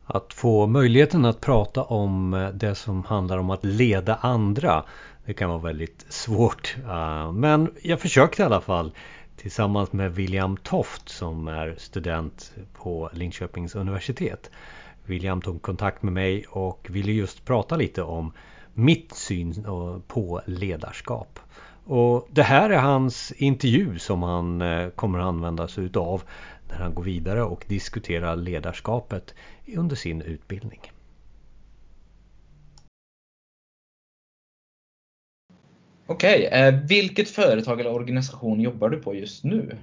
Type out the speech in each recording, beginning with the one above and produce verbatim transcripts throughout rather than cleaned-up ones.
Att få möjligheten att prata om det som handlar om att leda andra, det kan vara väldigt svårt. Men jag försökte i alla fall tillsammans med William Toft som är student på Linköpings universitet. William tog kontakt med mig och ville just prata lite om mitt syn på ledarskap. Och det här är hans intervju som han kommer att använda sig utav när han går vidare och diskuterar ledarskapet under sin utbildning. Okej, eh, vilket företag eller organisation jobbar du på just nu?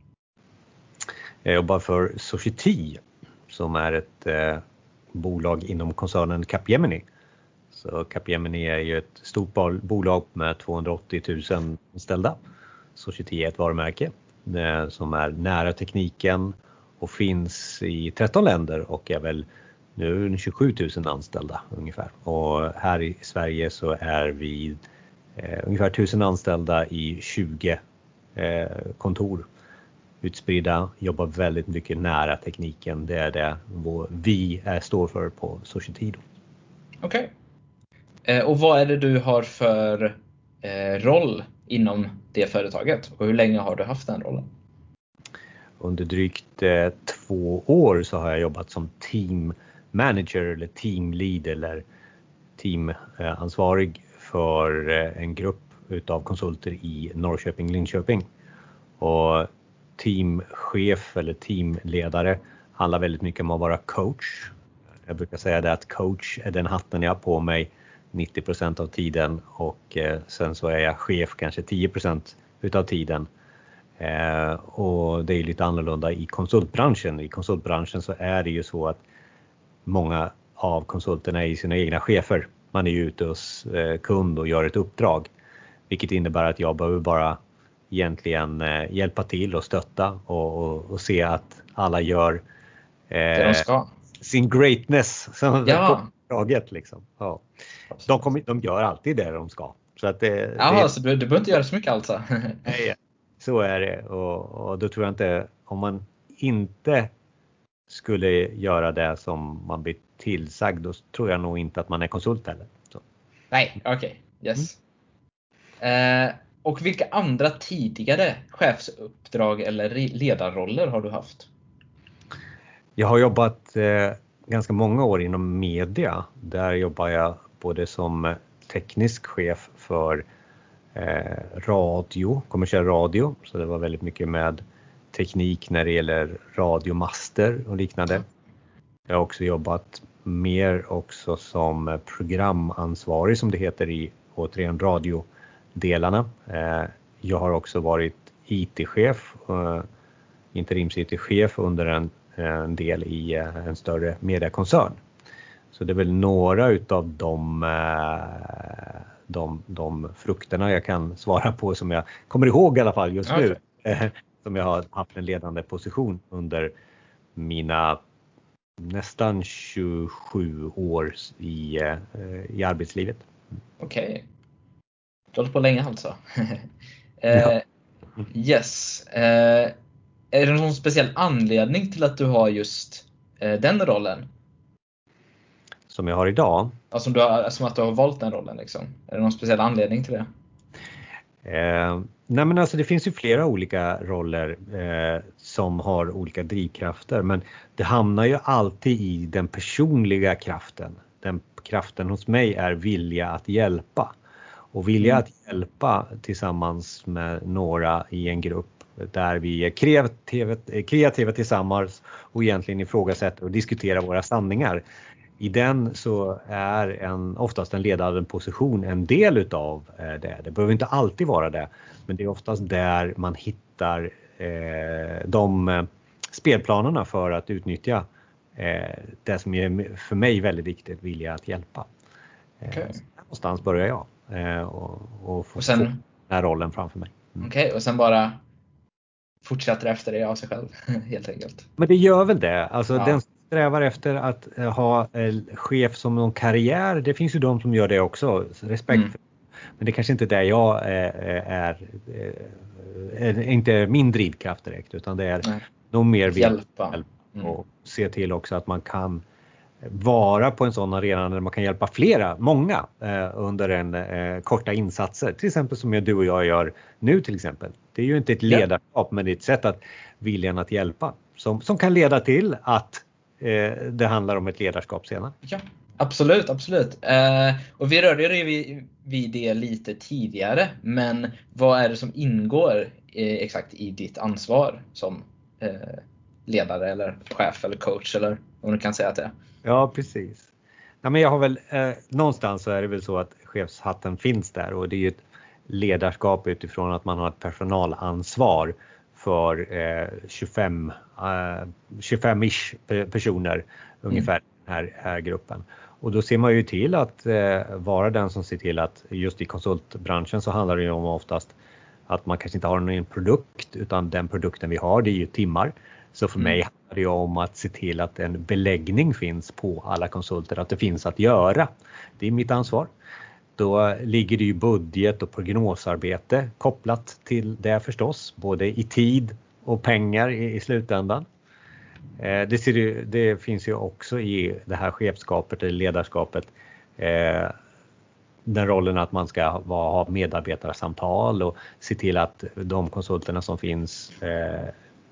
Jag jobbar för Society som är ett eh, bolag inom koncernen Capgemini. Så Capgemini är ju ett stort bolag med tvåhundraåttio tusen anställda. Society är ett varumärke eh, som är nära tekniken och finns i tretton länder och är väl nu tjugosju tusen anställda ungefär. Och här i Sverige så är vi eh, ungefär tusen anställda i tjugo eh, kontor. Utspridda, jobbar väldigt mycket nära tekniken. Det är det vi är, står för på Society. Okej. Eh, och vad är det du har för eh, roll inom det företaget? Och hur länge har du haft den rollen? Under drygt eh, två år så har jag jobbat som team manager eller team lead eller teamansvarig för eh, en grupp utav konsulter i Norrköping, Linköping. Och teamchef eller teamledare handlar väldigt mycket om att vara coach. Jag brukar säga det att coach är den hatten jag har på mig nittio procent av tiden och eh, sen så är jag chef kanske tio procent utav tiden. Eh, och det är lite annorlunda i konsultbranschen. I konsultbranschen så är det ju så att många av konsulterna är sina egna chefer. Man är ju ute hos eh, kund och gör ett uppdrag. Vilket innebär att jag behöver bara egentligen eh, hjälpa till och stötta och, och, och se att alla gör eh, Det de ska. sin greatness som Ja. på uppdraget liksom. Ja. De, kommer, de gör alltid det de ska. Så att det, Jaha, det, så du, du behöver inte göra så mycket alltså? nej, så är det och, och då tror jag inte, om man inte skulle göra det som man blir tillsagd, då tror jag nog inte att man är konsult heller. Så. Nej, okej. Okay. Yes. Mm. Eh, och vilka andra tidigare chefsuppdrag eller ledarroller har du haft? Jag har jobbat eh, ganska många år inom media. Där jobbar jag både som teknisk chef för eh, radio, kommersiell radio. Så det var väldigt mycket med teknik när det gäller radiomaster och liknande. Jag har också jobbat mer också som programansvarig som det heter i återigen radiodelarna. Eh, jag har också varit I T-chef, eh, interims-I T-chef under en en del i en större mediekoncern. Så det är väl några utav de, de, de frukterna jag kan svara på som jag kommer ihåg i alla fall just nu. Okay. Som jag har haft en ledande position under mina nästan tjugosju år i, i arbetslivet. Okej. Okay. Du har hållit på länge alltså. Ja. eh, yes. Eh, Är det någon speciell anledning till att du har just eh, den rollen? Som jag har idag? Ja, som, du har, som att du har valt den rollen liksom. Är det någon speciell anledning till det? Eh, nej men alltså det finns ju flera olika roller eh, som har olika drivkrafter. Men det hamnar ju alltid i den personliga kraften. Den kraften hos mig är vilja att hjälpa. Och vilja mm. att hjälpa tillsammans med några i en grupp. Där vi är kreativa, kreativa tillsammans och egentligen ifrågasätter och diskuterar våra sanningar. I den så är en, oftast en ledande position en del utav det. Det behöver inte alltid vara det. Men det är oftast där man hittar eh, de spelplanerna för att utnyttja eh, det som är för mig väldigt viktigt, vilja att hjälpa. Okay. Eh, någonstans börjar jag eh, och, och få, och sen, få den här rollen framför mig. Mm. Okej, okay, och sen bara fortsätter efter det av sig själv helt enkelt. Men det gör väl det. Alltså ja. Den strävar efter att ha en chef som någon karriär. Det finns ju de som gör det också. Respekt mm. för. Men det kanske inte är det jag är, är, är, är inte min drivkraft direkt. Utan det är Nej. nog mer hjälpa. Mm. Och se till också att man kan vara på en sån arena där man kan hjälpa flera, många eh, under en eh, korta insatser. Till exempel som du och jag gör nu till exempel. Det är ju inte ett ledarskap ja. men det är ett sätt att viljan att hjälpa. Som, som kan leda till att eh, det handlar om ett ledarskap senare. Ja, absolut, absolut. Eh, och vi rörde ju vid, vid det lite tidigare. Men vad är det som ingår eh, exakt i ditt ansvar som eh, ledare eller chef eller coach eller om du kan säga att det är? Ja, precis. Ja, men jag har väl, eh, någonstans så är det väl så att chefshatten finns där och det är ju ett ledarskap utifrån att man har ett personalansvar för eh, tjugofem, eh, tjugofem-ish personer ungefär mm. den här, här gruppen. Och då ser man ju till att eh, vara den som ser till att just i konsultbranschen så handlar det ju om oftast att man kanske inte har någon produkt utan den produkten vi har det är ju timmar. Så för mm. mig handlar det om att se till att en beläggning finns på alla konsulter, att det finns att göra. Det är mitt ansvar. Då ligger det ju budget och prognosarbete kopplat till det förstås, både i tid och pengar i, i slutändan. Eh, det, ser ju, det finns ju också i det här chefskapet eller ledarskapet eh, den rollen att man ska ha, ha medarbetarsamtal och se till att de konsulterna som finns eh,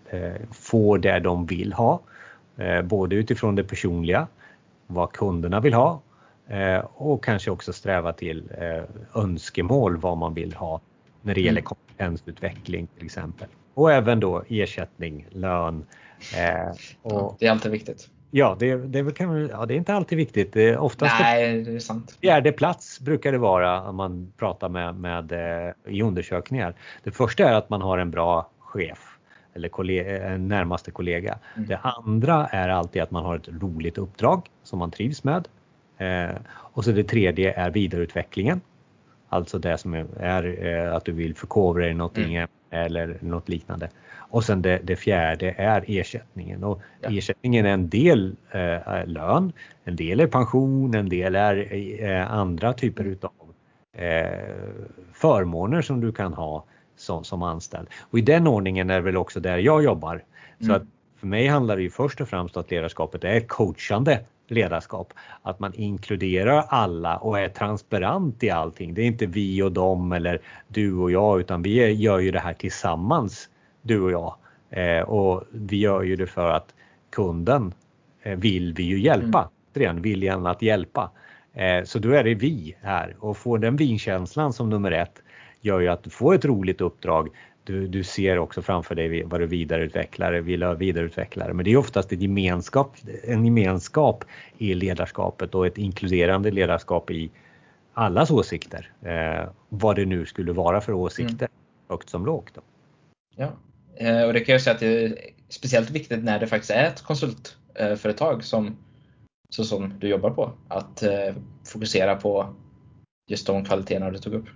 får det de vill ha. Både utifrån det personliga, vad kunderna vill ha och kanske också sträva till önskemål vad man vill ha när det gäller kompetensutveckling till exempel. Och även då ersättning, lön. Och, ja, det är alltid viktigt. Ja, det, det, kan, ja, det är inte alltid viktigt. Det är oftast Nej, det är sant. Fjärde plats brukar det vara om man pratar med, med i undersökningar. Det första är att man har en bra chef. Eller kollega, en närmaste kollega. Mm. Det andra är alltid att man har ett roligt uppdrag som man trivs med. Eh, och så det tredje är vidareutvecklingen. Alltså det som är, är eh, att du vill förkovra dig någonting mm. eller något liknande. Och sen det, det fjärde är ersättningen. Och ja. Ersättningen är en del eh, lön, en del är pension, en del är eh, andra typer mm. utav eh, förmåner som du kan ha. Som, som anställd. Och i den ordningen är det väl också där jag jobbar. Mm. Så att för mig handlar det ju först och främst att ledarskapet är ett coachande ledarskap. Att man inkluderar alla och är transparent i allting. Det är inte vi och dem eller du och jag utan vi gör ju det här tillsammans, du och jag. Eh, och vi gör ju det för att kunden eh, vill vi ju hjälpa. Mm. Viljan att hjälpa. Eh, så då är det vi här och får den vinkänslan som nummer ett. Gör ju att du får ett roligt uppdrag. Du, du ser också framför dig vad du vidareutvecklar, vill ha vidareutvecklare. Men det är oftast en gemenskap, en gemenskap i ledarskapet och ett inkluderande ledarskap i allas åsikter. Eh, vad det nu skulle vara för åsikter, mm. högt som lågt. Då. Ja, eh, och det kan jag säga att det är speciellt viktigt när det faktiskt är ett konsultföretag som, så som du jobbar på. Att eh, fokusera på just de kvaliteterna du tog upp.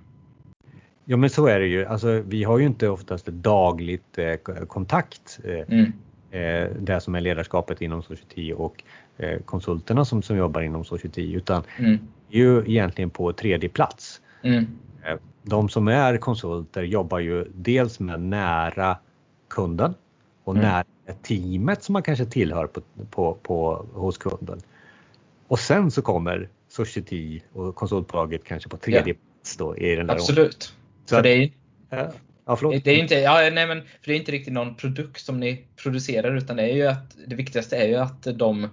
Ja men så är det ju. Alltså, vi har ju inte oftast ett dagligt eh, kontakt. Eh, mm. eh, det som är ledarskapet inom Society och eh, konsulterna som, som jobbar inom Society. Utan mm. ju egentligen på tredje plats. Mm. Eh, de som är konsulter jobbar ju dels med nära kunden. Och mm. nära teamet som man kanske tillhör på, på, på, hos kunden. Och sen så kommer Society och konsultbolaget kanske på tredje yeah. plats då i den där absolut. Om. Så för det är, ja, det är inte ja, nej, men för det är inte riktigt någon produkt som ni producerar utan det är ju att det viktigaste är ju att de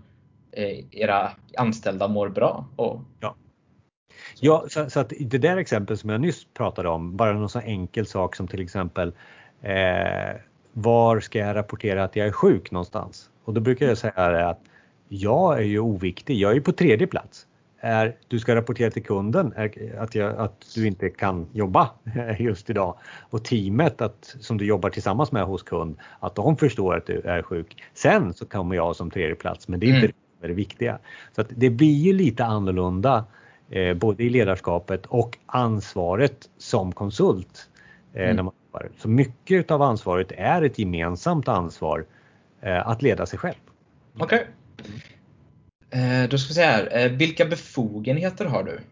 era anställda mår bra och ja. Ja, så, så att det där exempel som jag nyss pratade om, bara någon så enkel sak som till exempel eh, var ska jag rapportera att jag är sjuk någonstans? Och då brukar jag säga att jag är ju oviktig, jag är ju på tredje plats. Är, du ska rapportera till kunden är, att, jag, att du inte kan jobba just idag. Och teamet att, som du jobbar tillsammans med hos kund, att de förstår att du är sjuk. Sen så kommer jag som tredje plats, men det är inte mm. det, det viktiga. Så att det blir ju lite annorlunda eh, både i ledarskapet och ansvaret som konsult. Eh, mm. när man jobbar. Så mycket av ansvaret är ett gemensamt ansvar eh, att leda sig själv. Okej. Okay. Eh, då ska vi se här. Eh, vilka befogenheter har du?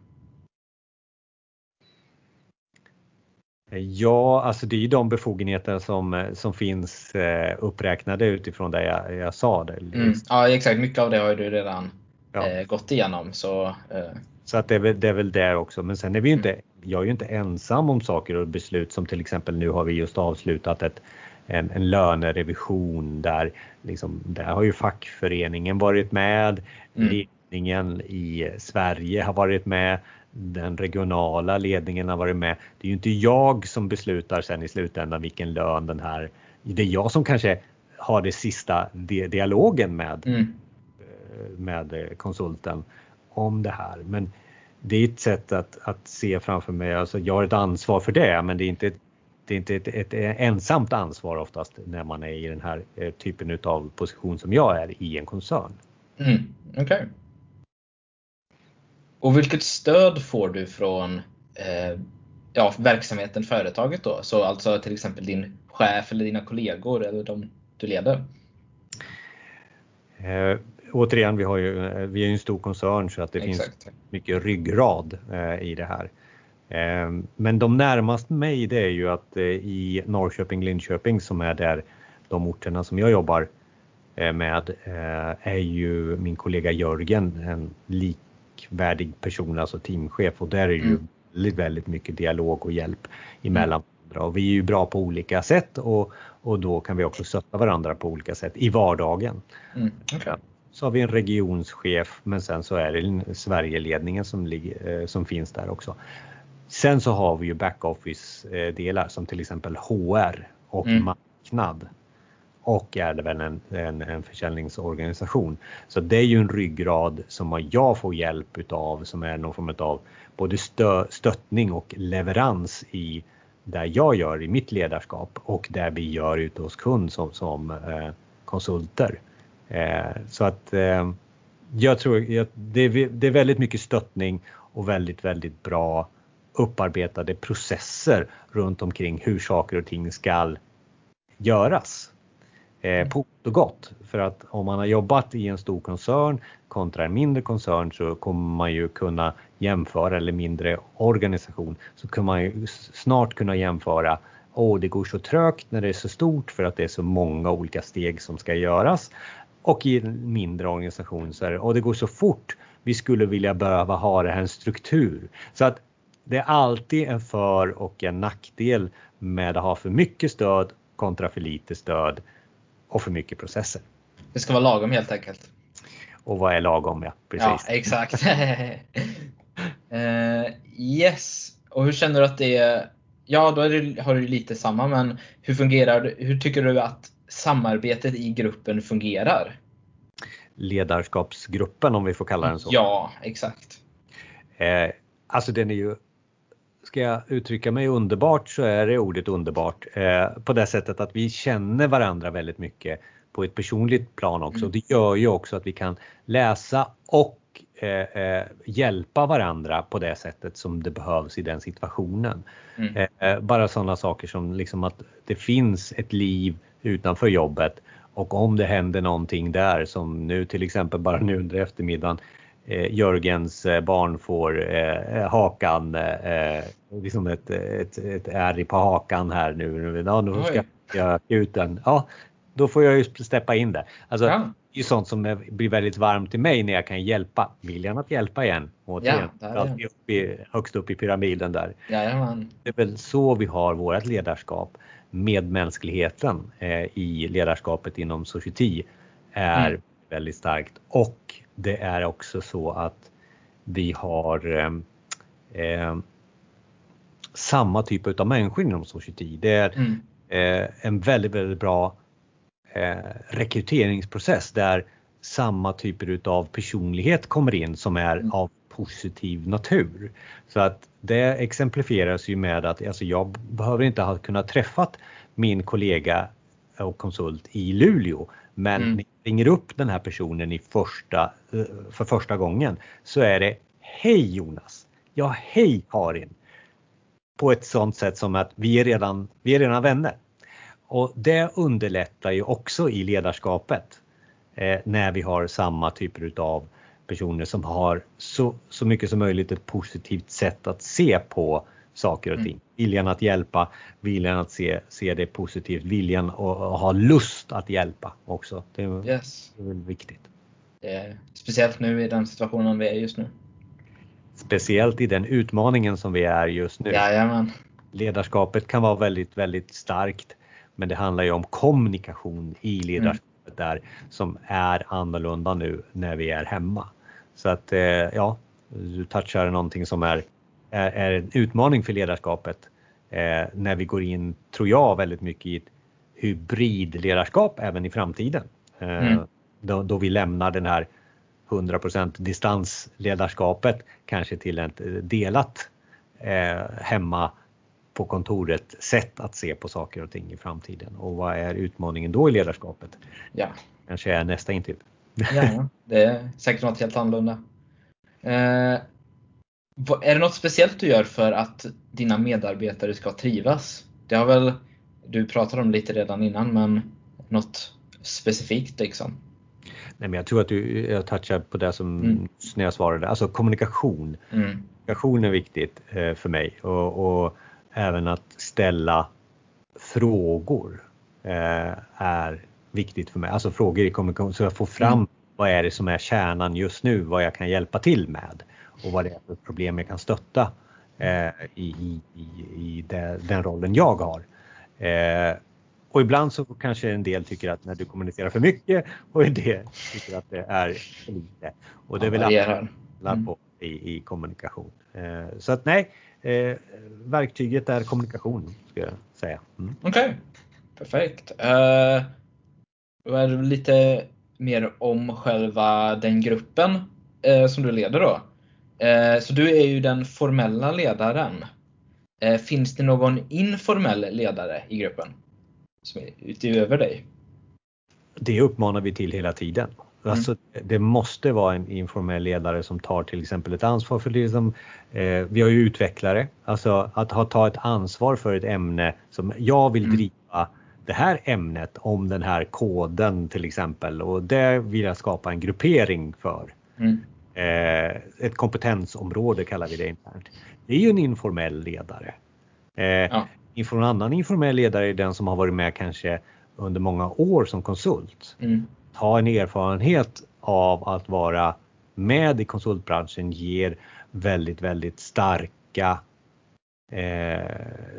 Ja, alltså det är ju de befogenheter som, som finns eh, uppräknade utifrån det jag, jag sa. Det. Mm. Ja, exakt. Mycket av det har du redan ja. eh, gått igenom. Så, eh. så att det, är väl, det är väl där också. Men sen är vi ju inte, mm. jag är ju inte ensam om saker och beslut, som till exempel nu har vi just avslutat ett, en, en lönerevision där, liksom, där har ju fackföreningen varit med, mm. ledningen i Sverige har varit med, den regionala ledningen har varit med. Det är ju inte jag som beslutar sen i slutändan vilken lön den här, det är jag som kanske har det sista dialogen med, mm. med konsulten om det här. Men det är ett sätt att, att se framför mig, alltså jag har ett ansvar för det, men det är inte, det är inte ett, ett, ett ensamt ansvar oftast när man är i den här typen av position som jag är i en koncern. Mm. Okej. Okay. Och vilket stöd får du från eh, ja, verksamheten, företaget då? Så alltså till exempel din chef eller dina kollegor eller de du leder? Eh, återigen, vi, har ju, vi är ju en stor koncern, så att det Exakt. finns mycket ryggrad eh, i det här. Eh, men de närmast mig, det är ju att eh, i Norrköping, Linköping, som är där de orterna som jag jobbar eh, med, eh, är ju min kollega Jörgen en likvärdig person, alltså teamchef. Och där är det ju mm. väldigt, väldigt mycket dialog och hjälp emellan. Mm. Och vi är ju bra på olika sätt, och, och då kan vi också stötta varandra på olika sätt i vardagen. Mm. Okay. Så har vi en regionschef, men sen så är det Sverigeledningen som, ligger, som finns där också. Sen så har vi ju backoffice-delar som till exempel H R och mm. marknad. Och är det väl en, en, en försäljningsorganisation. Så det är ju en ryggrad som jag får hjälp utav, som är någon form av både stö, stöttning och leverans i där jag gör i mitt ledarskap och där vi gör ute hos kund som, som eh, konsulter. Eh, så att eh, jag tror jag, det, är, det är väldigt mycket stöttning och väldigt, väldigt bra upparbetade processer runt omkring hur saker och ting ska göras. Eh, på och gott. För att om man har jobbat i en stor koncern kontra en mindre koncern, så kommer man ju kunna jämföra, eller mindre organisation, så kommer man ju snart kunna jämföra. Åh, det går så trögt när det är så stort för att det är så många olika steg som ska göras. Och i en mindre organisation så är det, åh, det går så fort. Vi skulle vilja behöva ha det här en struktur. Så att det är alltid en för- och en nackdel med att ha för mycket stöd kontra för lite stöd. Och för mycket processer. Det ska vara lagom helt enkelt. Och vad är lagom? Ja, precis. Ja, exakt. uh, yes. Och hur känner du att det är? Ja, då är det, har du lite samma, men hur fungerar, hur tycker du att samarbetet i gruppen fungerar? Ledarskapsgruppen, om vi får kalla den så. Ja, exakt. Uh, alltså den är ju, ska jag uttrycka mig underbart, så är det ordet underbart. Eh, på det sättet att vi känner varandra väldigt mycket på ett personligt plan också. Mm. Det gör ju också att vi kan läsa och eh, eh, hjälpa varandra på det sättet som det behövs i den situationen. Mm. Eh, bara sådana saker som liksom att det finns ett liv utanför jobbet. Och om det händer någonting där, som nu till exempel bara nu under eftermiddagen, Eh, Jörgens eh, barn får eh, hakan, eh, liksom ett, ett, ett ärr på hakan här nu. Ja, nu ska jag ut den. Ja, då får jag ju steppa in där. Alltså, ja. Det är ju sånt som blir väldigt varmt till mig när jag kan hjälpa. Viljan att hjälpa igen. Återigen, ja, alltid upp i, högst upp i pyramiden där. Jajamän. Det är väl så vi har vårt ledarskap. Medmänskligheten eh, i ledarskapet inom Society är mm. väldigt starkt. Och det är också så att vi har eh, eh, samma typ av människor inom Society. Det är mm. eh, en väldigt, väldigt bra eh, rekryteringsprocess där samma typer av personlighet kommer in som är mm. av positiv natur. Så att det exemplifieras ju med att alltså jag behöver inte ha kunnat träffat min kollega och konsult i Luleå. Men mm. när jag ringer upp den här personen i första, för första gången, så är det hej Jonas, ja hej Karin. På ett sånt sätt som att vi är redan, vi är redan vänner. Och det underlättar ju också i ledarskapet eh, när vi har samma typer av personer som har så, så mycket som möjligt ett positivt sätt att se på saker och ting. Mm. Viljan att hjälpa, viljan att se, se det positivt, viljan att ha lust att hjälpa också. Det är, yes. det är väl viktigt. Eh, speciellt nu i den situationen vi är just nu. Speciellt i den utmaningen som vi är just nu. Jajamän. Ledarskapet kan vara väldigt, väldigt starkt. Men det handlar ju om kommunikation i ledarskapet mm. där som är annorlunda nu när vi är hemma. Så att eh, ja, du touchar någonting som är, är, är en utmaning för ledarskapet. Eh, när vi går in, tror jag, väldigt mycket i ett hybridledarskap även i framtiden. Eh, mm. då, då vi lämnar den här hundra procent distansledarskapet kanske till ett delat eh, hemma på kontoret sätt att se på saker och ting i framtiden. Och vad är utmaningen då i ledarskapet? Ja. Kanske är nästa intervju. Ja, det är säkert något helt annorlunda. Eh, är det något speciellt du gör för att dina medarbetare ska trivas? Det har väl du pratat om lite redan innan, men något specifikt liksom? Nej, men jag tror att du jag touchar på det som mm. när jag svarade. Alltså kommunikation. Mm. Kommunikation är viktigt eh, för mig. Och, och även att ställa frågor eh, är viktigt för mig. Alltså frågor i kommunikation så jag får fram mm. vad är det som är kärnan just nu. Vad jag kan hjälpa till med. Och vad det är för problem jag kan stötta eh, i, i, i det, den rollen jag har. Eh, Och ibland så kanske en del tycker att när du kommunicerar för mycket och en del tycker att det är för lite. Och det är väl alla på i, i kommunikation. Eh, så att nej, eh, verktyget är kommunikation ska jag säga. Mm. Okej, okay. Perfekt. Uh, då är det lite mer om själva den gruppen uh, som du leder då. Uh, så du är ju den formella ledaren. Uh, finns det någon informell ledare i gruppen? Som är utöver dig? Det uppmanar vi till hela tiden. Mm. Alltså, det måste vara en informell ledare som tar till exempel ett ansvar för det som eh, vi har ju utvecklare. Alltså att ha ta ett ansvar för ett ämne som jag vill driva mm. det här ämnet om den här koden till exempel. Och det vill jag skapa en gruppering för. Mm. Eh, ett kompetensområde kallar vi det internt. Det är ju en informell ledare. Eh, ja. En annan informell ledare är den som har varit med kanske under många år som konsult. Mm. Ha en erfarenhet av att vara med i konsultbranschen ger väldigt, väldigt starka eh,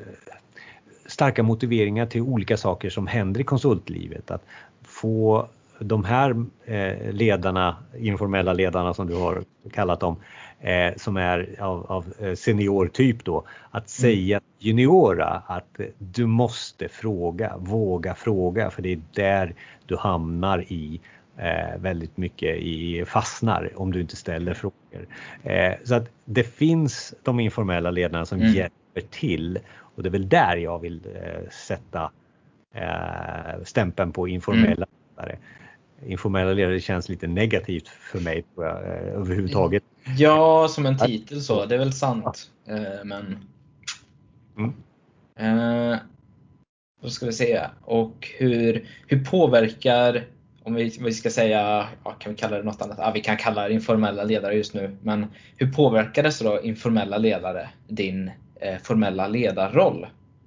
starka motiveringar till olika saker som händer i konsultlivet. Att få de här eh, ledarna, informella ledarna som du har kallat dem, eh, som är av, av seniortyp då, att säga mm. juniora att du måste fråga, våga fråga, för det är där du hamnar i eh, väldigt mycket i fastnar om du inte ställer frågor. Eh, så att det finns de informella ledarna som mm. hjälper till, och det är väl där jag vill eh, sätta eh, stämpeln på informella mm. ledare. Informella ledare känns lite negativt för mig tror jag, överhuvudtaget. Ja, som en titel så, det är väl sant. Eh, men mm. eh, vad ska vi säga? Och hur, hur påverkar, om vi, vi ska säga, ja, kan vi kalla det något annat? Ja, vi kan kalla det informella ledare just nu. Men hur påverkar det så då informella ledare din eh, formella ledarroll?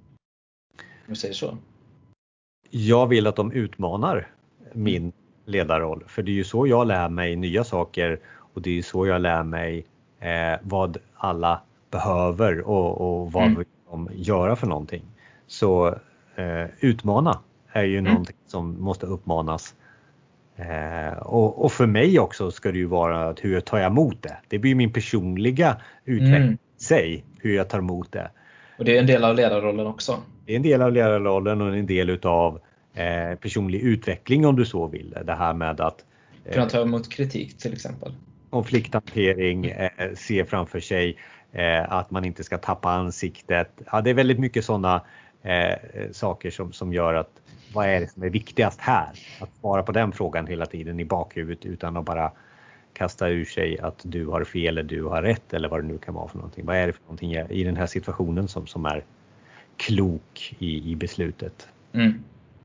Om vi säger så. Jag vill att de utmanar min mm. ledarroll. För det är ju så jag lär mig nya saker, och det är ju så jag lär mig eh, vad alla behöver och, och vad mm. de göra för någonting. Så eh, utmana är ju mm. någonting som måste uppmanas. Eh, och, och för mig också ska det ju vara att hur jag tar emot det. Det blir min personliga utveckling mm. i sig, hur jag tar emot det. Och det är en del av ledarrollen också. Det är en del av ledarrollen och en del utav eh, personlig utveckling om du så vill. Det här med att eh, kunna ta emot kritik till exempel. Konflikthantering, eh, se framför sig eh, att man inte ska tappa ansiktet. Ja, det är väldigt mycket sådana eh, saker som, som gör att vad är det som är viktigast här? Att svara på den frågan hela tiden i bakhuvudet utan att bara kasta ur sig att du har fel eller du har rätt eller vad det nu kan vara för någonting. Vad är det för någonting i den här situationen som, som är klok i, i beslutet? Mm.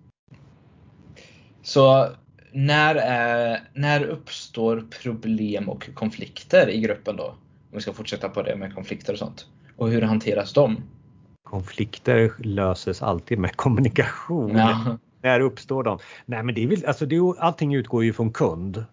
Så när, är, när uppstår problem och konflikter i gruppen då? Om vi ska fortsätta på det med konflikter och sånt. Och hur hanteras de? Konflikter löses alltid med kommunikation. Ja. När uppstår de? Nej, men det är väl, alltså det är, allting utgår ju från kund.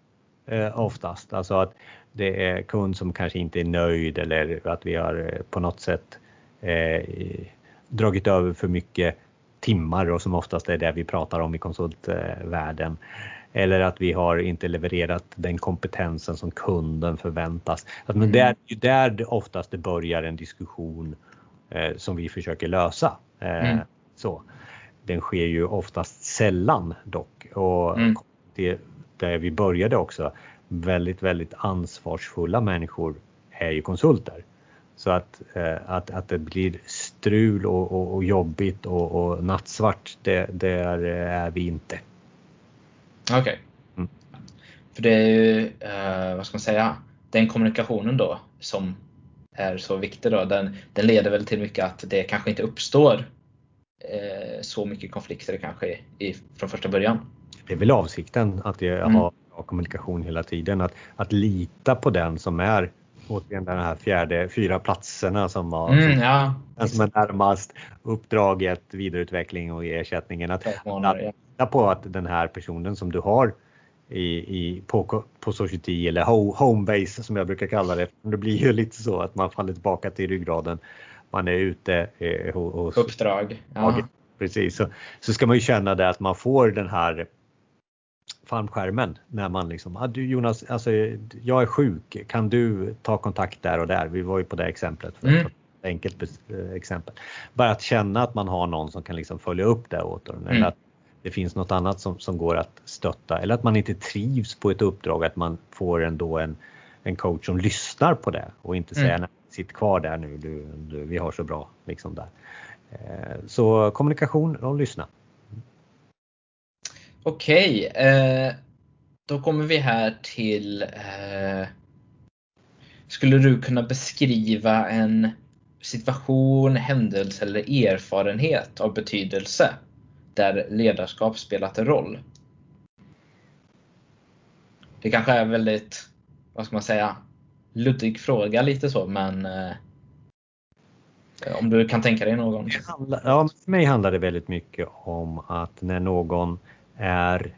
eh, oftast. Alltså att det är kund som kanske inte är nöjd eller att vi har eh, på något sätt eh, dragit över för mycket timmar och som oftast är det vi pratar om i konsultvärlden. Eller att vi har inte levererat den kompetensen som kunden förväntas. Alltså, men det är ju där det oftast det börjar en diskussion eh, som vi försöker lösa. Eh, Mm. så. Den sker ju oftast sällan dock. Och Mm. det, där vi började också, väldigt, väldigt ansvarsfulla människor är ju konsulter. Så att, eh, att, att det blir strul och, och, och jobbigt och, och nattsvart, det, där är vi inte. Okej. Okay. Mm. För det är ju, eh, vad ska man säga, den kommunikationen då som är så viktig då, den, den leder väl till mycket att det kanske inte uppstår eh, så mycket konflikter kanske i, från första början. Det är väl avsikten att jag Mm. har bra kommunikation hela tiden, att, att lita på den som är återigen den här fjärde, fyra platserna som, var, Mm, som, ja, den som är närmast uppdraget, vidareutveckling och ersättningen. Att, Förmåner, ja. att lita på att den här personen som du har i, i, på, på Society eller Homebase som jag brukar kalla det. Det blir ju lite så att man faller tillbaka till ryggraden. Man är ute eh, hos uppdrag. Ja. Precis, så, så ska man ju känna det att man får den här fallskärmen när man liksom, ah, du Jonas, alltså, jag är sjuk, kan du ta kontakt där och där? Vi var ju på det exemplet för Mm. ett enkelt exempel. Bara att känna att man har någon som kan liksom följa upp det åt en, mm. eller att det finns något annat som, som går att stötta, eller att man inte trivs på ett uppdrag, att man får ändå en, en coach som lyssnar på det och inte säger mm. nej, sitt kvar där nu, du, du, vi har så bra liksom där. Så kommunikation och lyssna. Okej, eh, då kommer vi här till eh, skulle du kunna beskriva en situation, händelse eller erfarenhet av betydelse där ledarskap spelat en roll? Det kanske är väldigt, vad ska man säga, luddig fråga lite så, men eh, om du kan tänka dig någon. Ja, för mig handlar det väldigt mycket om att när någon är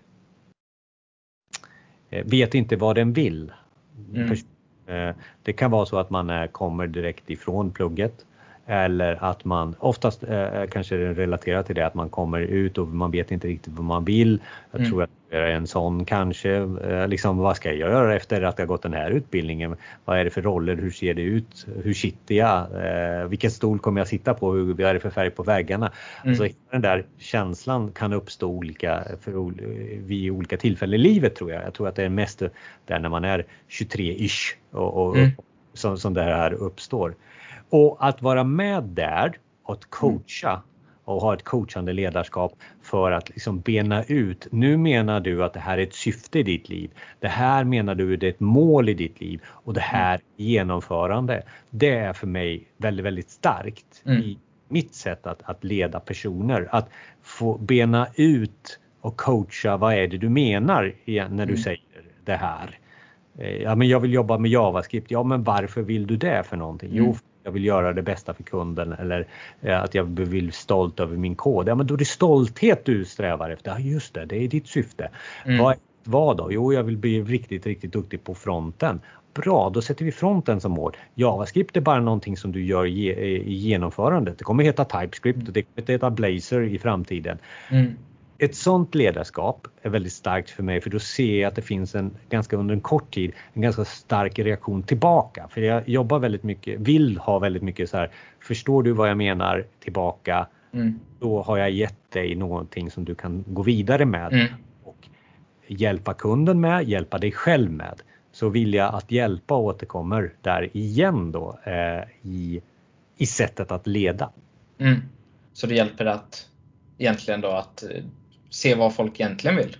vet inte vad den vill. Mm. Det kan vara så att man är, kommer direkt ifrån plugget, eller att man oftast eh, kanske relaterar till det att man kommer ut och man vet inte riktigt vad man vill. Jag mm. tror att det är en sån kanske, eh, liksom vad ska jag göra efter att jag gått den här utbildningen? Vad är det för roller? Hur ser det ut? Hur sitter jag? Eh, vilken stol kommer jag sitta på? Hur, vad är det för färg på väggarna? Mm. Alltså den där känslan kan uppstå olika för, vid olika tillfällen i livet, tror jag. Jag tror att det är mest där när man är tjugotre-ish och, och mm. som, som det här uppstår. Och att vara med där och att coacha och ha ett coachande ledarskap för att liksom bena ut. Nu menar du att det här är ett syfte i ditt liv. Det här menar du att det är ett mål i ditt liv. Och det här genomförande. Det är för mig väldigt, väldigt starkt mm. i mitt sätt att, att leda personer. Att få bena ut och coacha, vad är det du menar när du mm. säger det här. Ja, men jag vill jobba med JavaScript. Ja, men varför vill du det för någonting? Mm. Jo, jag vill göra det bästa för kunden, eller att jag vill stolt över min kod. Ja, men då är det stolthet du strävar efter. Ja, just det, det är ditt syfte. Mm. Vad, vad då? Jo, jag vill bli riktigt, riktigt duktig på fronten. Bra, då sätter vi fronten som mål. JavaScript är bara någonting som du gör i, i genomförandet. Det kommer heta TypeScript och det kommer heta Blazor i framtiden. Mm. Ett sånt ledarskap är väldigt starkt för mig, för då ser jag att det finns en ganska under en kort tid en ganska stark reaktion tillbaka. För jag jobbar väldigt mycket, vill ha väldigt mycket så här, förstår du vad jag menar tillbaka? Mm. Då har jag gett dig någonting som du kan gå vidare med mm. och hjälpa kunden med, hjälpa dig själv med. Så vill jag att hjälpa återkommer där igen då eh, i, i sättet att leda. Mm. Så det hjälper att egentligen då att se vad folk egentligen vill.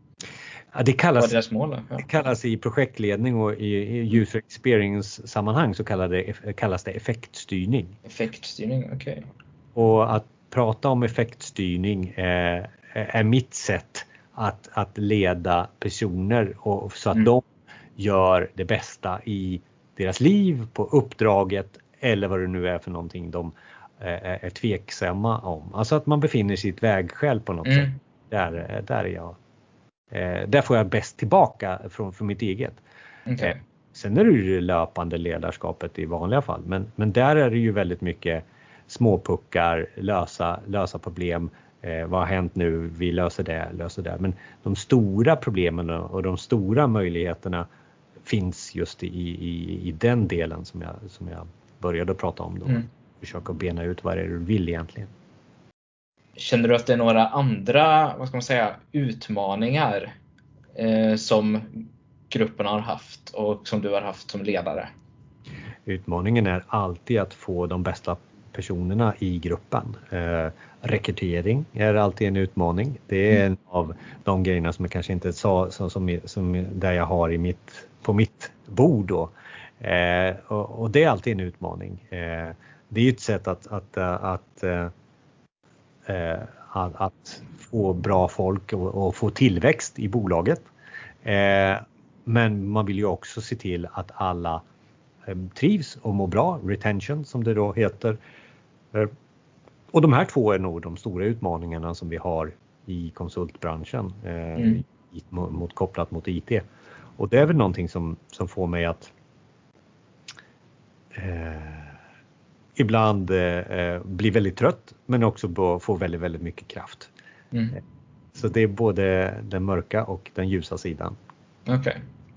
Ja, det kallas, vad är deras mål? Ja. Det kallas i projektledning och i, i user experience sammanhang så kallas det, kallas det effektstyrning. Effektstyrning, okej. Okay. Och att prata om effektstyrning är, är mitt sätt att, att leda personer och, så att mm. de gör det bästa i deras liv, på uppdraget eller vad det nu är för någonting de är, är tveksamma om. Alltså att man befinner sig i ett vägskäl på något mm. sätt. Där, där är jag Eh, där får jag bäst tillbaka från, från mitt eget. Okay. Eh, sen är det ju det löpande ledarskapet i vanliga fall. Men, men där är det ju väldigt mycket småpuckar, lösa, lösa problem. Eh, vad har hänt nu? Vi löser det, löser det. Men de stora problemen och de stora möjligheterna finns just i, i, i den delen som jag, som jag började prata om då. Mm. Försöka bena ut vad det är du vill egentligen. Känner du att det är några andra, vad ska man säga, utmaningar eh, som gruppen har haft och som du har haft som ledare? Utmaningen är alltid att få de bästa personerna i gruppen. Eh, rekrytering är alltid en utmaning. Det är en av de grejerna som jag kanske inte sa som, som, som där jag har i mitt, på mitt bord då. Eh, och, och det är alltid en utmaning. Eh, det är ett sätt att, att, att, att, att, att få bra folk och, och få tillväxt i bolaget. Eh, men man vill ju också se till att alla trivs och mår bra, retention som det då heter. Och de här två är nog de stora utmaningarna som vi har i konsultbranschen mm. mot, mot, kopplat mot I T. Och det är väl någonting som, som får mig att eh, ibland eh, bli väldigt trött men också få väldigt, väldigt mycket kraft. Mm. Så det är både den mörka och den ljusa sidan. Okej. Okay.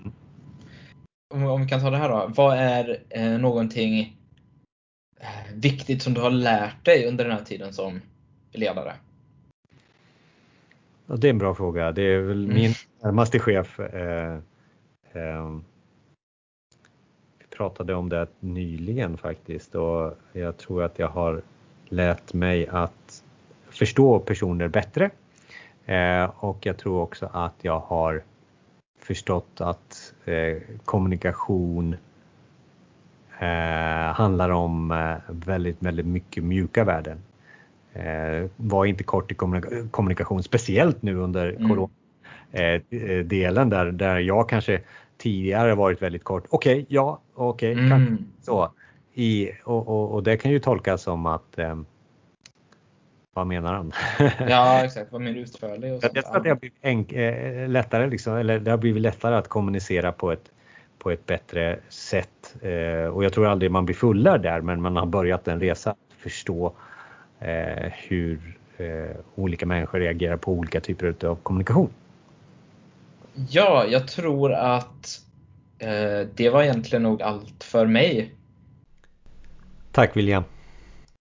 Om vi kan ta det här då. Vad är eh, någonting eh, viktigt som du har lärt dig under den här tiden som ledare? Ja, det är en bra fråga. Det är väl mm. min närmaste chef. Eh, eh, vi pratade om det nyligen faktiskt. Och jag tror att jag har lärt mig att förstå personer bättre. Eh, och jag tror också att jag har förstått att eh, kommunikation eh, handlar om eh, väldigt, väldigt mycket mjuka värden. Eh, var inte kort i kommunik- kommunikation, speciellt nu under mm. corona-delen där, där jag kanske tidigare varit väldigt kort. Okej, okay, ja, okej, okay, mm. kanske så. I, och, och, och det kan ju tolkas som att eh, vad menar han? Ja, exakt. Vad menar du utförlig och sånt? Jag tror att det har blivit enk- äh, lättare liksom, eller det har blivit lättare att kommunicera på ett, på ett bättre sätt. Eh, och jag tror aldrig man blir fullare där, men man har börjat en resa att förstå eh, hur eh, olika människor reagerar på olika typer av kommunikation. Ja, jag tror att eh, det var egentligen nog allt för mig. Tack William.